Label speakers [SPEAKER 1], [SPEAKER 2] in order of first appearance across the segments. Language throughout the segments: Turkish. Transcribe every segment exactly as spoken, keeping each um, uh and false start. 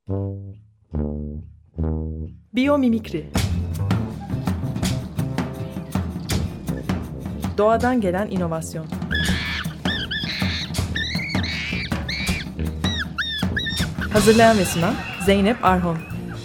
[SPEAKER 1] Biyomimikri. Doğadan gelen inovasyon. Hazırlayan ve sunan Zeynep Arhon.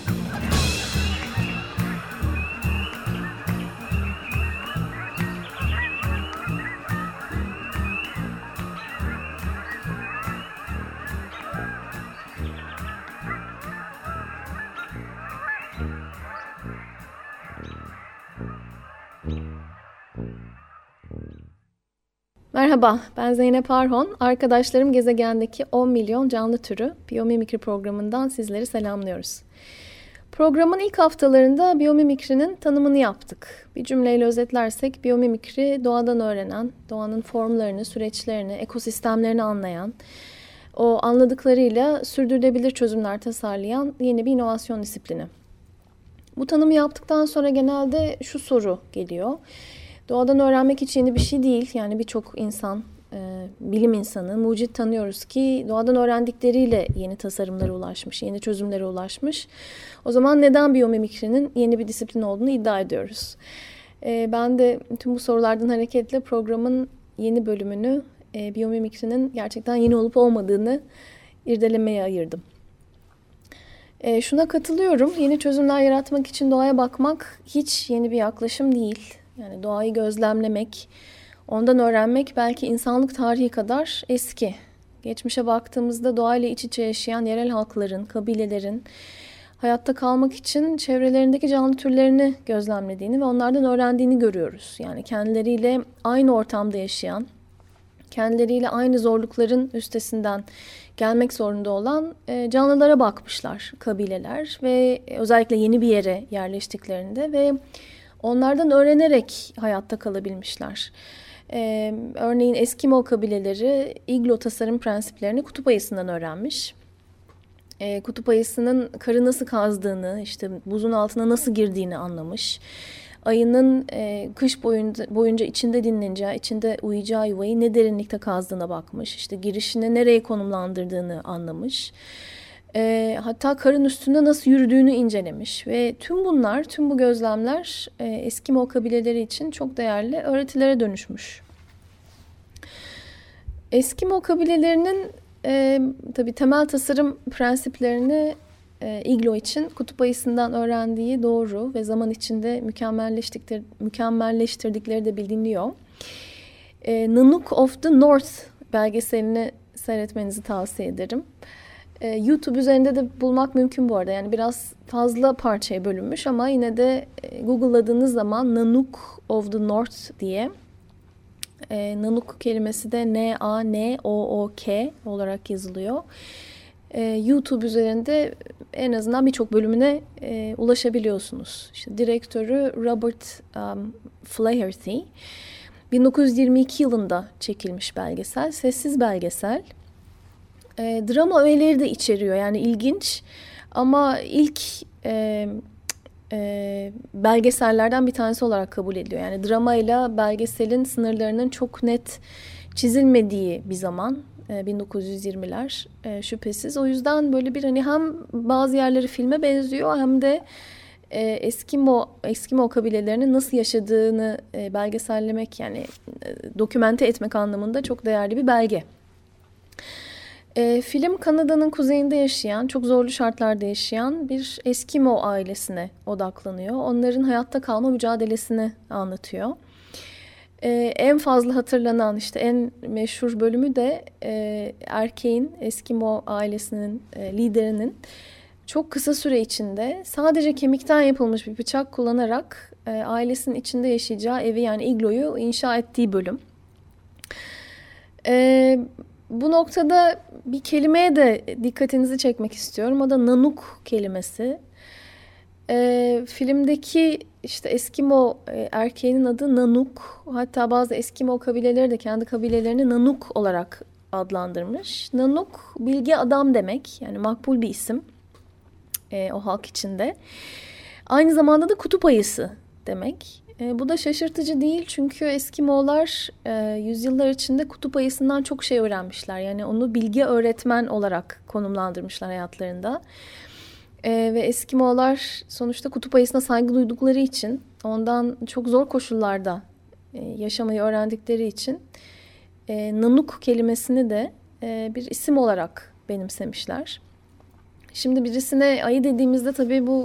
[SPEAKER 2] Merhaba, ben Zeynep Arhon. Arkadaşlarım gezegendeki on milyon canlı türü Biyomimikri programından sizleri selamlıyoruz. Programın ilk haftalarında biyomimikrinin tanımını yaptık. Bir cümleyle özetlersek biyomimikri doğadan öğrenen, doğanın formlarını, süreçlerini, ekosistemlerini anlayan, o anladıklarıyla sürdürülebilir çözümler tasarlayan yeni bir inovasyon disiplini. Bu tanımı yaptıktan sonra genelde şu soru geliyor. Doğadan öğrenmek hiç yeni bir şey değil. Yani birçok insan, e, bilim insanı, mucit tanıyoruz ki doğadan öğrendikleriyle yeni tasarımlara ulaşmış, yeni çözümlere ulaşmış. O zaman neden biyomimikrinin yeni bir disiplin olduğunu iddia ediyoruz? E, ben de tüm bu sorulardan hareketle programın yeni bölümünü e, biyomimikrinin gerçekten yeni olup olmadığını irdelemeye ayırdım. E, şuna katılıyorum, yeni çözümler yaratmak için doğaya bakmak hiç yeni bir yaklaşım değil. Yani doğayı gözlemlemek, ondan öğrenmek belki insanlık tarihi kadar eski. Geçmişe baktığımızda doğayla iç içe yaşayan yerel halkların, kabilelerin hayatta kalmak için çevrelerindeki canlı türlerini gözlemlediğini ve onlardan öğrendiğini görüyoruz. Yani kendileriyle aynı ortamda yaşayan, kendileriyle aynı zorlukların üstesinden gelmek zorunda olan canlılara bakmışlar kabileler ve özellikle yeni bir yere yerleştiklerinde ve onlardan öğrenerek hayatta kalabilmişler. Ee, örneğin Eskimo kabileleri iglo tasarım prensiplerini kutup ayısından öğrenmiş. Ee, kutup ayısının karı nasıl kazdığını, işte buzun altına nasıl girdiğini anlamış. Ayının e, kış boyunca, boyunca içinde dinleneceği, içinde uyuyacağı yuvayı ne derinlikte kazdığına bakmış. İşte girişini nereye konumlandırdığını anlamış. E, hatta karın üstünde nasıl yürüdüğünü incelemiş ve tüm bunlar, tüm bu gözlemler e, Eskimo kabileleri için çok değerli öğretilere dönüşmüş. Eskimo kabilelerinin e, tabii temel tasarım prensiplerini e, iglo için kutup ayısından öğrendiği doğru ve zaman içinde mükemmelleştikleri, mükemmelleştirdikleri de biliniyor. E, Nanook of the North belgeselini seyretmenizi tavsiye ederim. YouTube üzerinde de bulmak mümkün bu arada. Yani biraz fazla parçaya bölünmüş ama yine de Google'ladığınız zaman Nanook of the North diye e, Nanook kelimesi de N A N O O K olarak yazılıyor. E, YouTube üzerinde en azından birçok bölümüne e, ulaşabiliyorsunuz. İşte direktörü Robert um, Flaherty. bin dokuz yüz yirmi iki yılında çekilmiş belgesel. Sessiz belgesel. E, drama öğeleri de içeriyor. Yani ilginç ama ilk e, e, belgesellerden bir tanesi olarak kabul ediliyor. Yani dramayla belgeselin sınırlarının çok net çizilmediği bir zaman. E, bin dokuz yüz yirmiler e, şüphesiz. O yüzden böyle bir hani hem bazı yerleri filme benziyor hem de e, Eskimo Eskimo kabilelerinin nasıl yaşadığını e, belgesellemek yani e, dokümente etmek anlamında çok değerli bir belge. E, film Kanada'nın kuzeyinde yaşayan, çok zorlu şartlarda yaşayan bir Eskimo ailesine odaklanıyor. Onların hayatta kalma mücadelesini anlatıyor. E, en fazla hatırlanan, işte en meşhur bölümü de e, erkeğin, Eskimo ailesinin e, liderinin çok kısa süre içinde sadece kemikten yapılmış bir bıçak kullanarak e, ailesinin içinde yaşayacağı evi yani igloyu inşa ettiği bölüm. E, Bu noktada bir kelimeye de dikkatinizi çekmek istiyorum. O da Nanook kelimesi. E, filmdeki işte Eskimo e, erkeğinin adı Nanook. Hatta bazı Eskimo kabileleri de kendi kabilelerini Nanook olarak adlandırmış. Nanook bilge adam demek. Yani makbul bir isim e, o halk içinde. Aynı zamanda da kutup ayısı demek. E, bu da şaşırtıcı değil çünkü Eskimoğullar e, yüzyıllar içinde kutup ayısından çok şey öğrenmişler. Yani onu bilge öğretmen olarak konumlandırmışlar hayatlarında. E, ve Eskimoğullar sonuçta kutup ayısına saygı duydukları için, ondan çok zor koşullarda e, yaşamayı öğrendikleri için e, Nanuk kelimesini de e, bir isim olarak benimsemişler. Şimdi birisine ayı dediğimizde tabii bu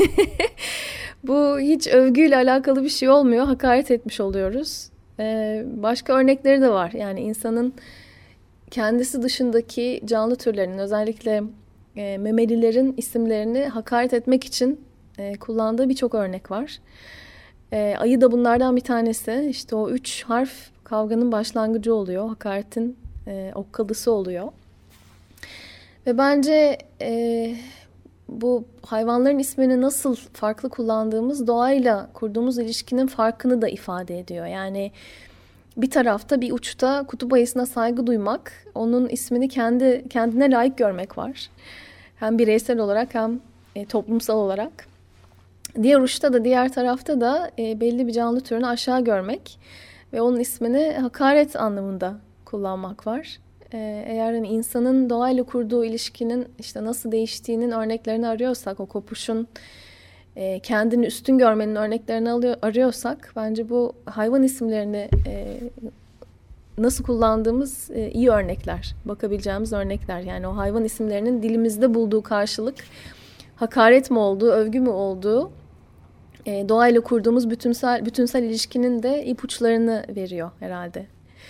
[SPEAKER 2] bu hiç övgüyle alakalı bir şey olmuyor. Hakaret etmiş oluyoruz. Ee, başka örnekleri de var. Yani insanın kendisi dışındaki canlı türlerinin, özellikle e, memelilerin isimlerini hakaret etmek için e, kullandığı birçok örnek var. E, ayı da bunlardan bir tanesi. İşte o üç harf kavganın başlangıcı oluyor. Hakaretin e, okkalısı oluyor. Ve bence e, bu hayvanların ismini nasıl farklı kullandığımız doğayla kurduğumuz ilişkinin farkını da ifade ediyor. Yani bir tarafta, bir uçta kutup ayısına saygı duymak, onun ismini kendi kendine layık görmek var. Hem bireysel olarak hem e, toplumsal olarak. Diğer uçta da, diğer tarafta da e, belli bir canlı türünü aşağı görmek ve onun ismini hakaret anlamında kullanmak var. Eğer hani insanın doğayla kurduğu ilişkinin işte nasıl değiştiğinin örneklerini arıyorsak, o kopuşun kendini üstün görmenin örneklerini arıyorsak, bence bu hayvan isimlerini nasıl kullandığımız iyi örnekler, bakabileceğimiz örnekler. Yani o hayvan isimlerinin dilimizde bulduğu karşılık hakaret mi olduğu, övgü mü olduğu, doğayla kurduğumuz bütünsel bütünsel ilişkinin de ipuçlarını veriyor herhalde.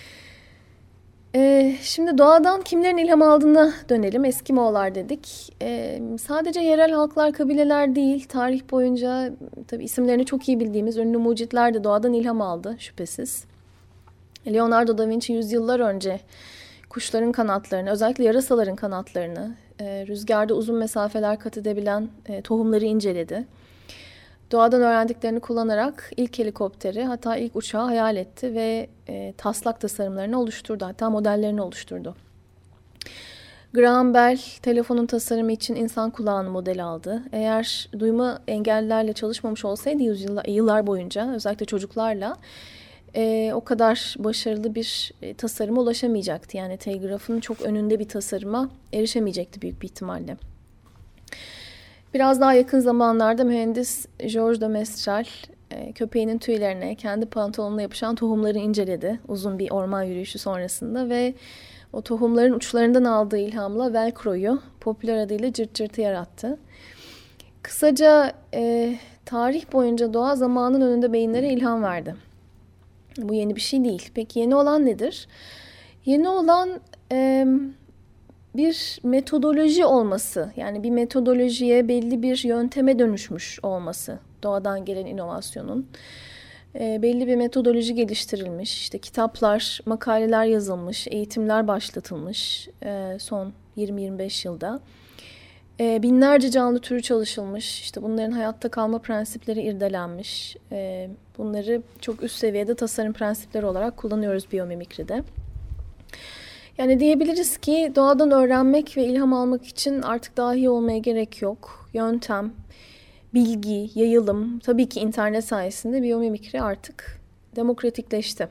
[SPEAKER 2] Ee, şimdi doğadan kimlerin ilham aldığına dönelim. Eskimoğullar dedik. Ee, sadece yerel halklar, kabileler değil, tarih boyunca tabii isimlerini çok iyi bildiğimiz ünlü mucitler de doğadan ilham aldı şüphesiz. Leonardo da Vinci yüzyıllar önce kuşların kanatlarını, özellikle yarasaların kanatlarını, e, rüzgarda uzun mesafeler kat edebilen e, tohumları inceledi. Doğadan öğrendiklerini kullanarak ilk helikopteri, hatta ilk uçağı hayal etti ve e, taslak tasarımlarını oluşturdu. Hatta modellerini oluşturdu. Graham Bell telefonun tasarımı için insan kulağını model aldı. Eğer duyma engellilerle çalışmamış olsaydı yüzyıllar, yıllar boyunca, özellikle çocuklarla e, o kadar başarılı bir e, tasarıma ulaşamayacaktı. Yani telgrafın çok önünde bir tasarıma erişemeyecekti büyük bir ihtimalle. Biraz daha yakın zamanlarda mühendis George de Mestral köpeğinin tüylerine, kendi pantolonuna yapışan tohumları inceledi uzun bir orman yürüyüşü sonrasında ve o tohumların uçlarından aldığı ilhamla Velcro'yu popüler adıyla cırt cırtı yarattı. Kısaca e, tarih boyunca doğa zamanın önünde beyinlere ilham verdi. Bu yeni bir şey değil. Peki yeni olan nedir? Yeni olan E, bir metodoloji olması, yani bir metodolojiye, belli bir yönteme dönüşmüş olması doğadan gelen inovasyonun. E, belli bir metodoloji geliştirilmiş, işte kitaplar, makaleler yazılmış, eğitimler başlatılmış e, son yirmi yirmi beş yılda. E, binlerce canlı türü çalışılmış, işte bunların hayatta kalma prensipleri irdelenmiş. E, bunları çok üst seviyede tasarım prensipleri olarak kullanıyoruz biyomimikride. Yani diyebiliriz ki doğadan öğrenmek ve ilham almak için artık dahi olmaya gerek yok. Yöntem, bilgi, yayılım, tabii ki internet sayesinde biyomimikri artık demokratikleşti.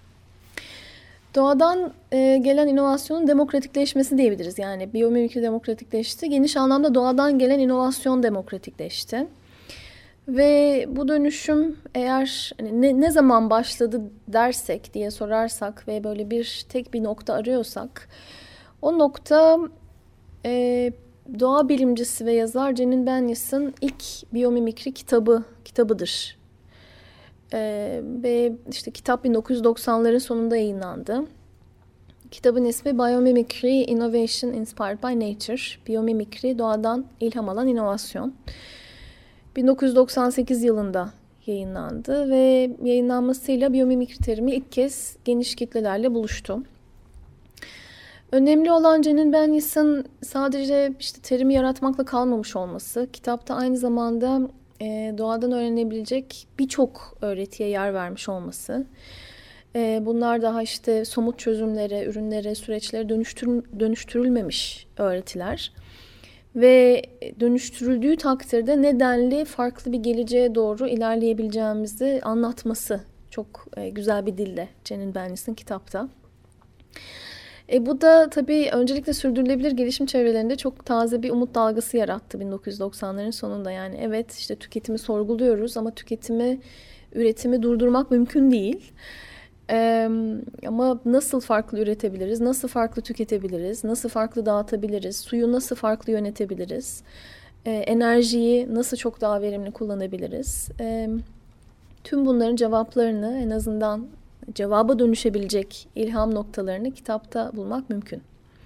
[SPEAKER 2] Doğadan e, gelen inovasyonun demokratikleşmesi diyebiliriz. Yani biyomimikri demokratikleşti. Geniş anlamda doğadan gelen inovasyon demokratikleşti. Ve bu dönüşüm eğer hani ne, ne zaman başladı dersek diye sorarsak ve böyle bir tek bir nokta arıyorsak, o nokta e, doğa bilimcisi ve yazar Janine Benyus'ın ilk biyomimikri kitabı kitabıdır. E, ve işte kitap bin dokuz yüz doksanların sonunda yayınlandı. Kitabın ismi Biomimicry Innovation Inspired by Nature. Biyomimikri, doğadan ilham alan inovasyon. bin dokuz yüz doksan sekiz yılında yayınlandı ve yayınlanmasıyla biyomimikri terimi ilk kez geniş kitlelerle buluştu. Önemli olan Janine Benyus'ın sadece işte terimi yaratmakla kalmamış olması, kitapta aynı zamanda e, doğadan öğrenebilecek birçok öğretiye yer vermiş olması. E, bunlar daha işte somut çözümlere, ürünlere, süreçlere dönüştür, dönüştürülmemiş öğretiler. ve dönüştürüldüğü takdirde nedenli farklı bir geleceğe doğru ilerleyebileceğimizi anlatması çok güzel bir dille Janin Benlis'in kitapta. E bu da tabii öncelikle sürdürülebilir gelişim çevrelerinde çok taze bir umut dalgası yarattı bin dokuz yüz doksanların sonunda. Yani evet, işte tüketimi sorguluyoruz ama tüketimi, üretimi durdurmak mümkün değil. Ee, ama nasıl farklı üretebiliriz, nasıl farklı tüketebiliriz, nasıl farklı dağıtabiliriz, suyu nasıl farklı yönetebiliriz, ee, enerjiyi nasıl çok daha verimli kullanabiliriz. Ee, tüm bunların cevaplarını, en azından cevaba dönüşebilecek ilham noktalarını kitapta bulmak mümkün.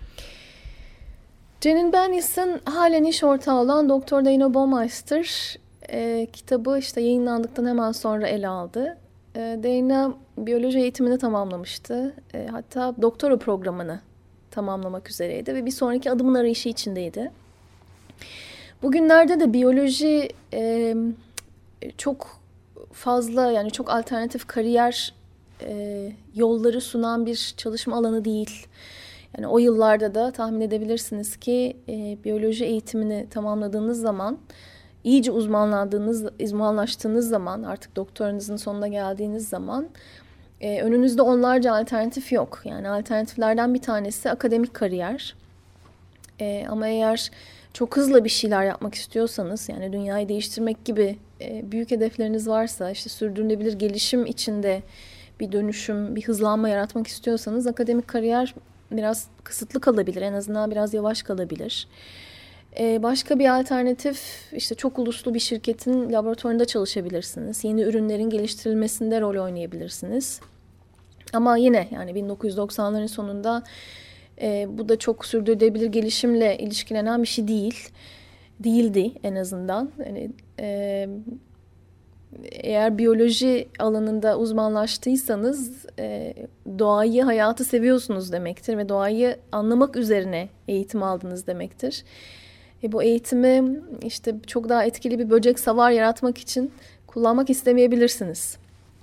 [SPEAKER 2] Janin Benlis'in halen iş ortağı olan doktor Dana Baumeister e, kitabı işte yayınlandıktan hemen sonra ele aldı. E, Dana biyoloji eğitimini tamamlamıştı. E, hatta doktora programını tamamlamak üzereydi ve bir sonraki adımın arayışı içindeydi. Bugünlerde de biyoloji e, çok fazla, yani çok alternatif kariyer e, yolları sunan bir çalışma alanı değil. Yani o yıllarda da tahmin edebilirsiniz ki e, biyoloji eğitimini tamamladığınız zaman, iyice uzmanlandığınız, uzmanlaştığınız zaman, artık doktoranızın sonuna geldiğiniz zaman e, önünüzde onlarca alternatif yok. Yani alternatiflerden bir tanesi akademik kariyer. E, ama eğer çok hızlı bir şeyler yapmak istiyorsanız, yani dünyayı değiştirmek gibi e, büyük hedefleriniz varsa, işte sürdürülebilir gelişim içinde bir dönüşüm, bir hızlanma yaratmak istiyorsanız akademik kariyer biraz kısıtlı kalabilir. En azından biraz yavaş kalabilir. Ee, başka bir alternatif, işte çok uluslu bir şirketin laboratuvarında çalışabilirsiniz. Yeni ürünlerin geliştirilmesinde rol oynayabilirsiniz. Ama yine yani bin dokuz yüz doksanların sonunda e, bu da çok sürdürülebilir gelişimle ilişkilenen bir şey değil. Değildi en azından. Yani, e, eğer biyoloji alanında uzmanlaştıysanız e, doğayı, hayatı seviyorsunuz demektir ve doğayı anlamak üzerine eğitim aldınız demektir. E, bu eğitimi işte çok daha etkili bir böcek savar yaratmak için kullanmak istemeyebilirsiniz.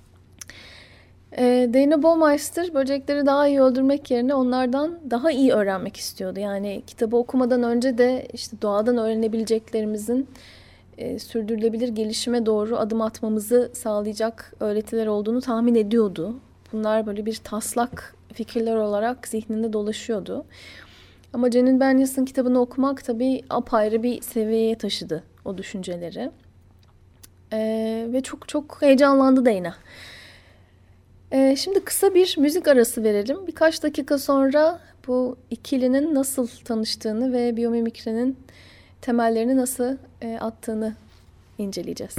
[SPEAKER 2] E, Dana Baumeister böcekleri daha iyi öldürmek yerine onlardan daha iyi öğrenmek istiyordu. Yani kitabı okumadan önce de işte doğadan öğrenebileceklerimizin E, sürdürülebilir gelişime doğru adım atmamızı sağlayacak öğretiler olduğunu tahmin ediyordu. Bunlar böyle bir taslak fikirler olarak zihninde dolaşıyordu. Ama Janin Benlis'in kitabını okumak tabii apayrı bir seviyeye taşıdı o düşünceleri. E, ve çok çok heyecanlandı Dana. E, şimdi kısa bir müzik arası verelim. Birkaç dakika sonra bu ikilinin nasıl tanıştığını ve biyomimikrinin temellerini nasıl e, attığını inceleyeceğiz.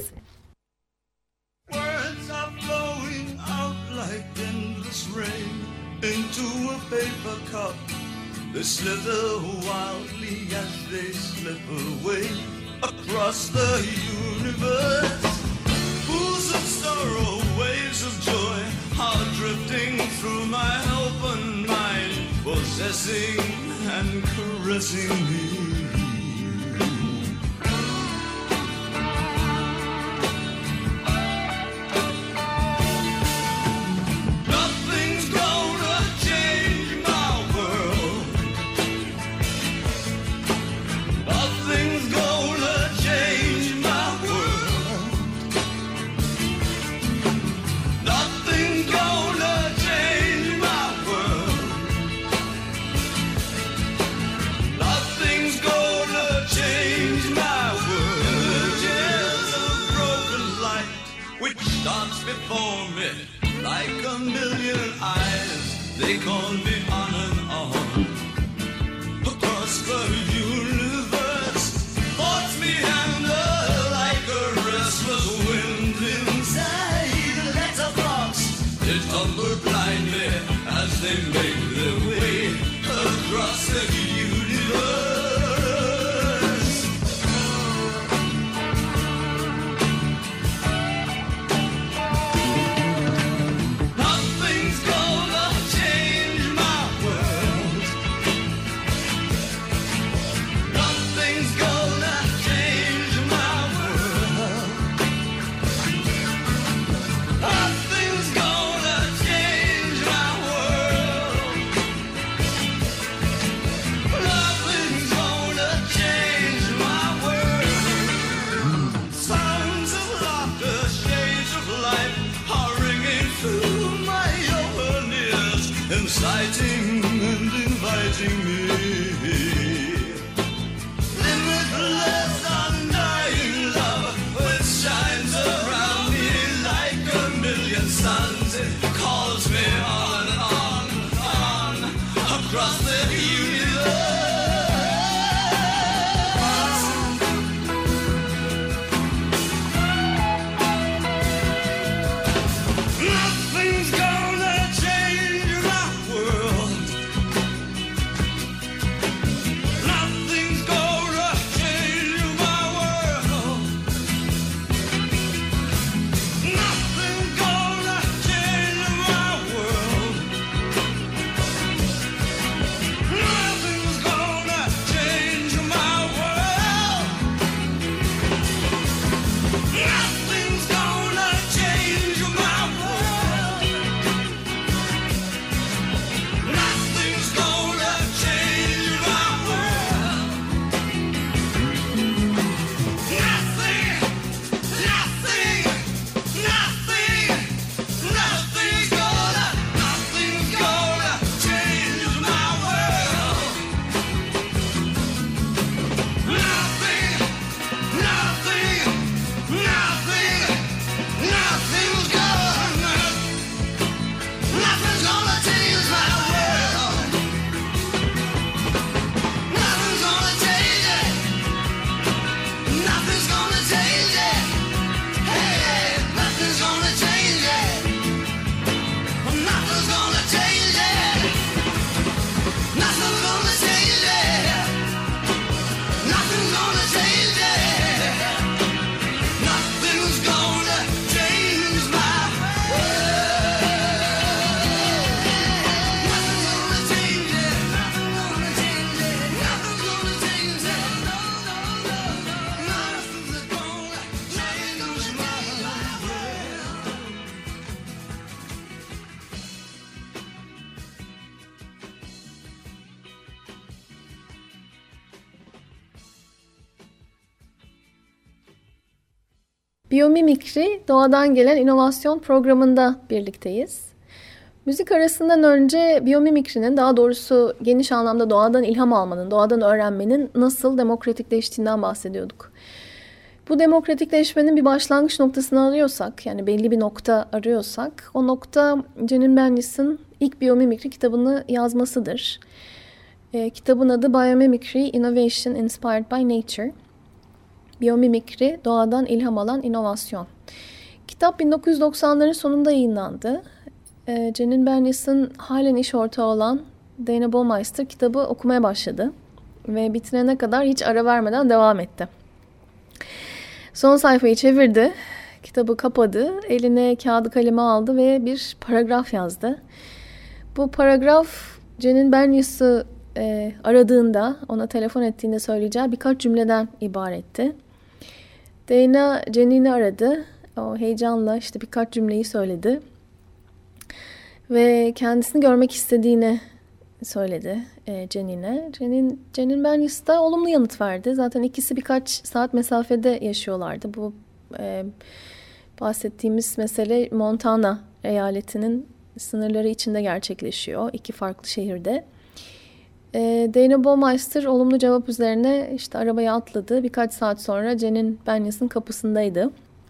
[SPEAKER 3] Words are flowing out like endless rain into a paper cup. They slither wildly as they slip away across the universe. Pools of sorrow, waves of joy are drifting through my open mind, possessing and caressing me. Before me, like a million eyes, they call me on and on. Across the universe, thoughts meander like a restless wind inside a letterbox. They tumble blindly as they make their way across the universe. Change touching me. Limitless, undying love, which shines around me like a million suns. It calls me on and on and on across the universe. Nothing's gonna change my world. Nothing's gonna change my world. Nothing's gonna change my world. Nothing's gonna change my world. Nothing's gonna change my world. Nothing's gonna change my world. Nothing, nothing, nothing, nothing's gonna, nothing's gonna change my world. Nothing, nothing, nothing, nothing's gonna, nothing's gonna change my world. Nothing's gonna change it. Nothing's gonna change it. Hey, nothing's gonna change it. Nothing's gonna change it. Nothing's gonna change it. Nothing's gonna change it. Nothing's gonna change my world. Nothing's gonna change it. Nothing's gonna change it. Nothing's gonna change it. No, no, no, no. Nothing's gonna change my world.
[SPEAKER 2] Biyomimikri Doğadan Gelen İnovasyon programında birlikteyiz. Müzik arasından önce biyomimikrinin, daha doğrusu geniş anlamda doğadan ilham almanın, doğadan öğrenmenin nasıl demokratikleştiğinden bahsediyorduk. Bu demokratikleşmenin bir başlangıç noktasını arıyorsak, yani belli bir nokta arıyorsak, o nokta Janine Benyus'ın ilk biyomimikri kitabını yazmasıdır. E, kitabın adı Biomimicry Innovation Inspired by Nature. Biyomimikri, doğadan ilham alan inovasyon. Kitap bin dokuz yüz doksanların sonunda yayınlandı. E, Janine Benyus'ın halen iş ortağı olan Dana Baumeister kitabı okumaya başladı. Ve bitirene kadar hiç ara vermeden devam etti. Son sayfayı çevirdi, kitabı kapadı, eline kağıdı kalemi aldı ve bir paragraf yazdı. Bu paragraf Janine Benyus'u e, aradığında, ona telefon ettiğinde söyleyeceği birkaç cümleden ibaretti. Dana Janine'i aradı, o heyecanla işte birkaç cümleyi söyledi ve kendisini görmek istediğini söyledi e, Janine'e. Janine, Janine Benyus da olumlu yanıt verdi. Zaten ikisi birkaç saat mesafede yaşıyorlardı. Bu e, bahsettiğimiz mesele Montana eyaletinin sınırları içinde gerçekleşiyor. İki farklı şehirde. E, Dana Baumeister olumlu cevap üzerine işte arabaya atladı. Birkaç saat sonra Janine Benyus'un kapısındaydı.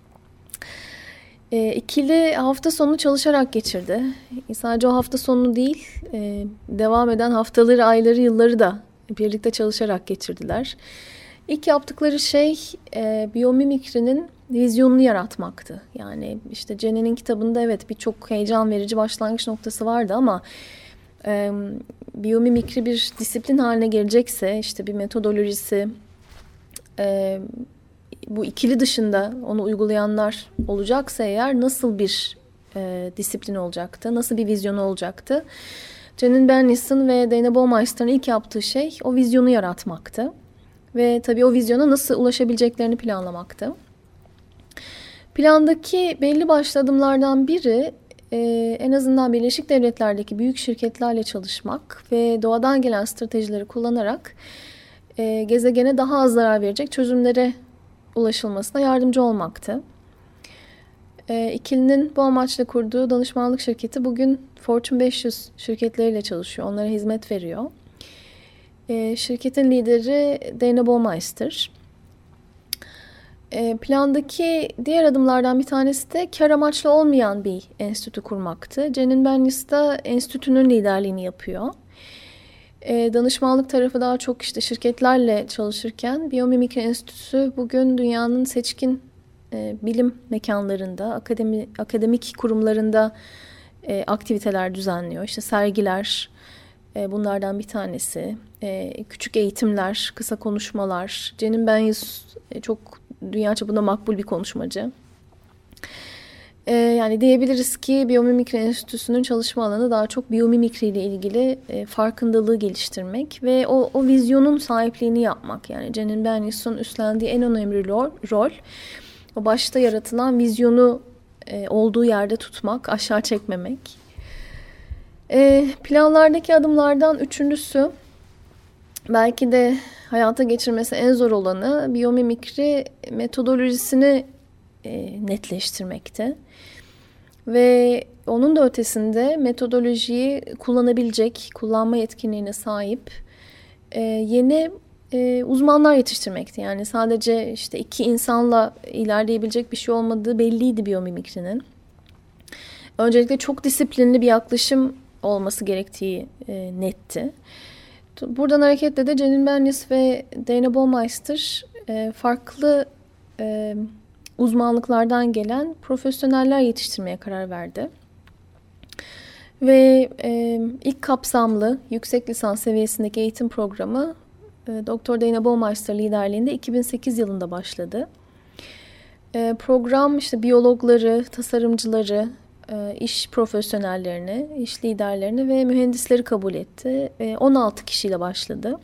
[SPEAKER 2] E, ikili hafta sonu çalışarak geçirdi. E, sadece o hafta sonu değil, e, devam eden haftaları, ayları, yılları da birlikte çalışarak geçirdiler. İlk yaptıkları şey e, biyomimikrinin vizyonunu yaratmaktı. Yani işte Janine'in kitabında evet birçok heyecan verici başlangıç noktası vardı ama e, biyomimikri bir disiplin haline gelecekse, işte bir metodolojisi, e, bu ikili dışında onu uygulayanlar olacaksa eğer nasıl bir e, disiplin olacaktı, nasıl bir vizyonu olacaktı? Janine Benyus'un ve Dana Baumeister'ın ilk yaptığı şey o vizyonu yaratmaktı. Ve tabii o vizyona nasıl ulaşabileceklerini planlamaktı. Plandaki belli başlı adımlardan biri e, en azından Birleşik Devletler'deki büyük şirketlerle çalışmak ve doğadan gelen stratejileri kullanarak e, gezegene daha az zarar verecek çözümlere ulaşılmasına yardımcı olmaktı. E, ikilinin bu amaçla kurduğu danışmanlık şirketi bugün Fortune beş yüz şirketleriyle çalışıyor. Onlara hizmet veriyor. E, şirketin lideri Dana Baumeister. E, plandaki diğer adımlardan bir tanesi de kar amaçlı olmayan bir enstitü kurmaktı. Janine Benyus da enstitünün liderliğini yapıyor. E, danışmanlık tarafı daha çok işte şirketlerle çalışırken Biyomimikri Enstitüsü bugün dünyanın seçkin e, bilim mekanlarında, akademi, akademik kurumlarında e, aktiviteler düzenliyor. İşte sergiler e, bunlardan bir tanesi. E, küçük eğitimler, kısa konuşmalar. Janine Benyus e, çok dünya çapında makbul bir konuşmacı. Ee, yani diyebiliriz ki Biyomimikri Enstitüsü'nün çalışma alanı daha çok biyomimikri ile ilgili e, farkındalığı geliştirmek ve o, o vizyonun sahipliğini yapmak. Yani Janine Benyus'un üstlendiği en önemli rol, rol o başta yaratılan vizyonu e, olduğu yerde tutmak, aşağı çekmemek. E, planlardaki adımlardan üçüncüsü, belki de hayata geçirmesi en zor olanı, biyomimikri metodolojisini e, netleştirmekte. Ve onun da ötesinde metodolojiyi kullanabilecek, kullanma yetkinliğine sahip e, yeni e, uzmanlar yetiştirmekti. Yani sadece işte iki insanla ilerleyebilecek bir şey olmadığı belliydi biyomimikrinin. Öncelikle çok disiplinli bir yaklaşım olması gerektiği e, netti. Buradan hareketle de Janine Benyus ve Dana Baumeister e, farklı e, uzmanlıklardan gelen profesyoneller yetiştirmeye karar verdi. Ve e, ilk kapsamlı yüksek lisans seviyesindeki eğitim programı e, doktor Dana Baumeister liderliğinde iki bin sekiz yılında başladı. E, program işte biyologları, tasarımcıları, e, iş profesyonellerini, iş liderlerini ve mühendisleri kabul etti. E, on altı kişiyle başladı.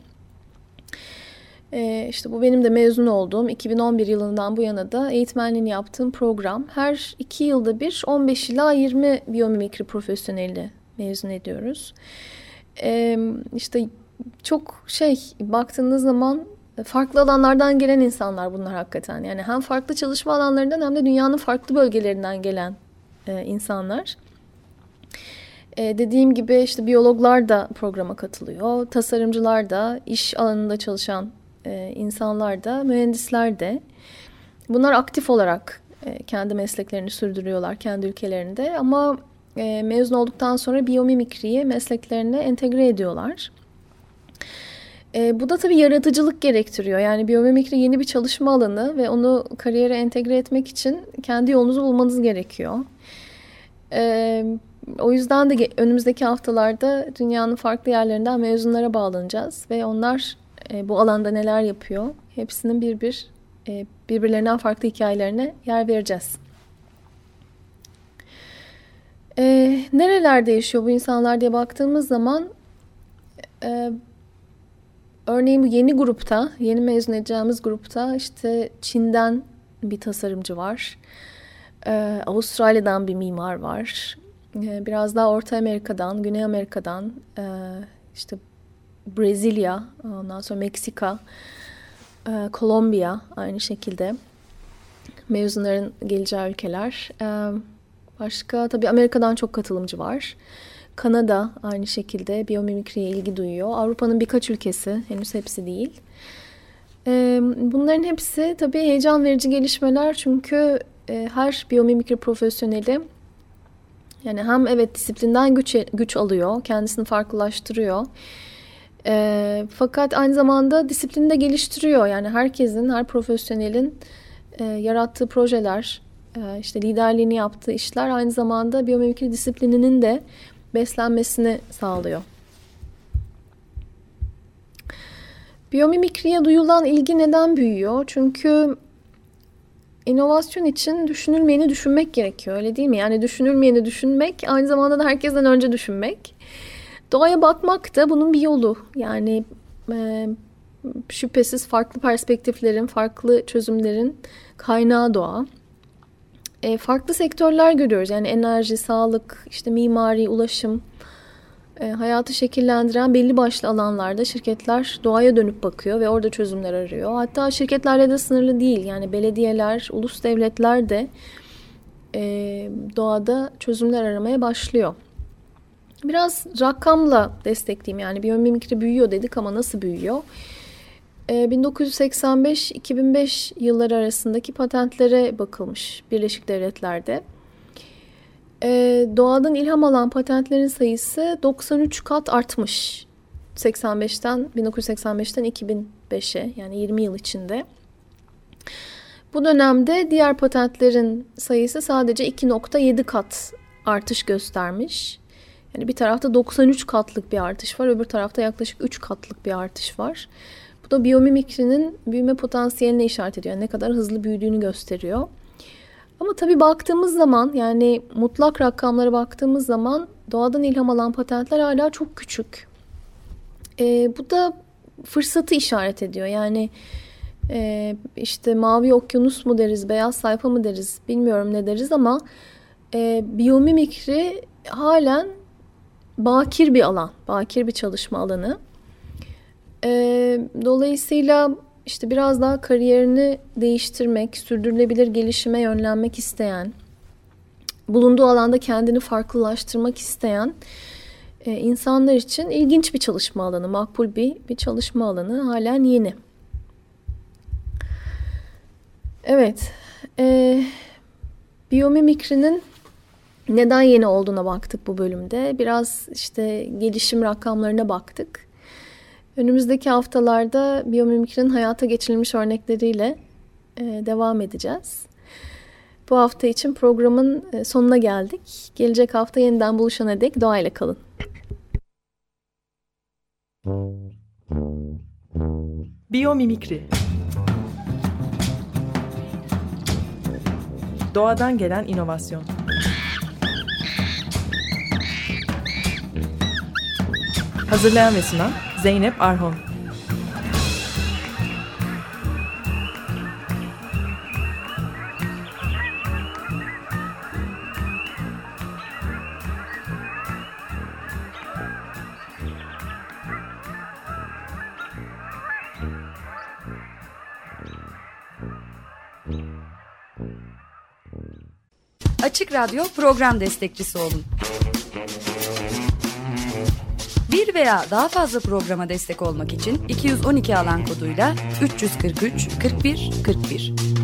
[SPEAKER 2] Ee, işte bu benim de mezun olduğum iki bin on bir yılından bu yana da eğitmenliğini yaptığım program. Her iki yılda bir on beş ila yirmi biyomimikri profesyoneli mezun ediyoruz. Ee, işte çok şey, baktığınız zaman farklı alanlardan gelen insanlar bunlar hakikaten. Yani hem farklı çalışma alanlarından hem de dünyanın farklı bölgelerinden gelen e, insanlar. Ee, dediğim gibi işte biyologlar da programa katılıyor. Tasarımcılar da, iş alanında çalışan Ee, insanlar da, mühendisler de. Bunlar aktif olarak e, kendi mesleklerini sürdürüyorlar kendi ülkelerinde ama e, mezun olduktan sonra biyomimikriyi mesleklerine entegre ediyorlar. E, bu da tabii yaratıcılık gerektiriyor. Yani biyomimikri yeni bir çalışma alanı ve onu kariyere entegre etmek için kendi yolunuzu bulmanız gerekiyor. E, o yüzden de önümüzdeki haftalarda dünyanın farklı yerlerinden mezunlara bağlanacağız ve onlar bu alanda neler yapıyor? Hepsinin bir bir birbirlerinden farklı hikayelerine yer vereceğiz. E, nerelerde yaşıyor bu insanlar diye baktığımız zaman e, örneğin bu yeni grupta, yeni mezun edeceğimiz grupta işte Çin'den bir tasarımcı var. E, Avustralya'dan bir mimar var. E, biraz daha Orta Amerika'dan, Güney Amerika'dan, e, işte Brezilya, ondan sonra Meksika, e, Kolombiya aynı şekilde mezunların geleceği ülkeler. E, başka tabii Amerika'dan çok katılımcı var. Kanada aynı şekilde biyomimikriye ilgi duyuyor. Avrupa'nın birkaç ülkesi, henüz hepsi değil. E, bunların hepsi tabii heyecan verici gelişmeler çünkü e, her biyomimikri profesyoneli yani hem evet disiplinden güç, güç alıyor, kendisini farklılaştırıyor. E, fakat aynı zamanda disiplini de geliştiriyor. Yani herkesin, her profesyonelin e, yarattığı projeler, e, işte liderliğini yaptığı işler aynı zamanda biyomimikri disiplininin de beslenmesini sağlıyor. Biyomimikriye duyulan ilgi neden büyüyor? Çünkü inovasyon için düşünülmeyeni düşünmek gerekiyor, öyle değil mi? Yani düşünülmeyeni düşünmek, aynı zamanda da herkesten önce düşünmek. Doğaya bakmak da bunun bir yolu. Yani e, şüphesiz farklı perspektiflerin, farklı çözümlerin kaynağı doğa. E, farklı sektörler görüyoruz. Yani enerji, sağlık, işte mimari, ulaşım, e, hayatı şekillendiren belli başlı alanlarda şirketler doğaya dönüp bakıyor ve orada çözümler arıyor. Hatta şirketlerle de sınırlı değil. Yani belediyeler, ulus devletler de e, doğada çözümler aramaya başlıyor. Biraz rakamla destekleyeyim, yani biyomimikri büyüyor dedik ama nasıl büyüyor? bin dokuz yüz seksen beş iki bin beş yılları arasındaki patentlere bakılmış Birleşik Devletler'de. Doğadan ilham alan patentlerin sayısı doksan üç kat artmış. seksen beşten bin dokuz yüz seksen beşten iki bin beşe, yani yirmi yıl içinde. Bu dönemde diğer patentlerin sayısı sadece iki nokta yedi kat artış göstermiş. Yani bir tarafta doksan üç katlık bir artış var, öbür tarafta yaklaşık üç katlık bir artış var. Bu da biyomimikrinin büyüme potansiyeline işaret ediyor. Yani ne kadar hızlı büyüdüğünü gösteriyor. Ama tabii baktığımız zaman, yani mutlak rakamlara baktığımız zaman doğadan ilham alan patentler hala çok küçük. E, bu da fırsatı işaret ediyor. Yani e, işte mavi okyanus mu deriz, beyaz sayfa mı deriz, bilmiyorum ne deriz ama e, biyomimikri halen bakir bir alan, bakir bir çalışma alanı. E, dolayısıyla işte biraz daha kariyerini değiştirmek, sürdürülebilir gelişime yönlenmek isteyen, bulunduğu alanda kendini farklılaştırmak isteyen e, insanlar için ilginç bir çalışma alanı, makbul bir, bir çalışma alanı, halen yeni. Evet, e, biyomimikrinin neden yeni olduğuna baktık bu bölümde. Biraz işte gelişim rakamlarına baktık. Önümüzdeki haftalarda biyomimikrinin hayata geçirilmiş örnekleriyle e, devam edeceğiz. Bu hafta için programın e, sonuna geldik. Gelecek hafta yeniden buluşana dek doğayla kalın.
[SPEAKER 1] Biyomimikri. Doğadan gelen inovasyon. Hazırlayan ve sunan Zeynep Arhon.
[SPEAKER 4] Açık Radyo program destekçisi olun. Bir veya daha fazla programa destek olmak için iki yüz on iki alan koduyla üç yüz kırk üç kırk bir kırk bir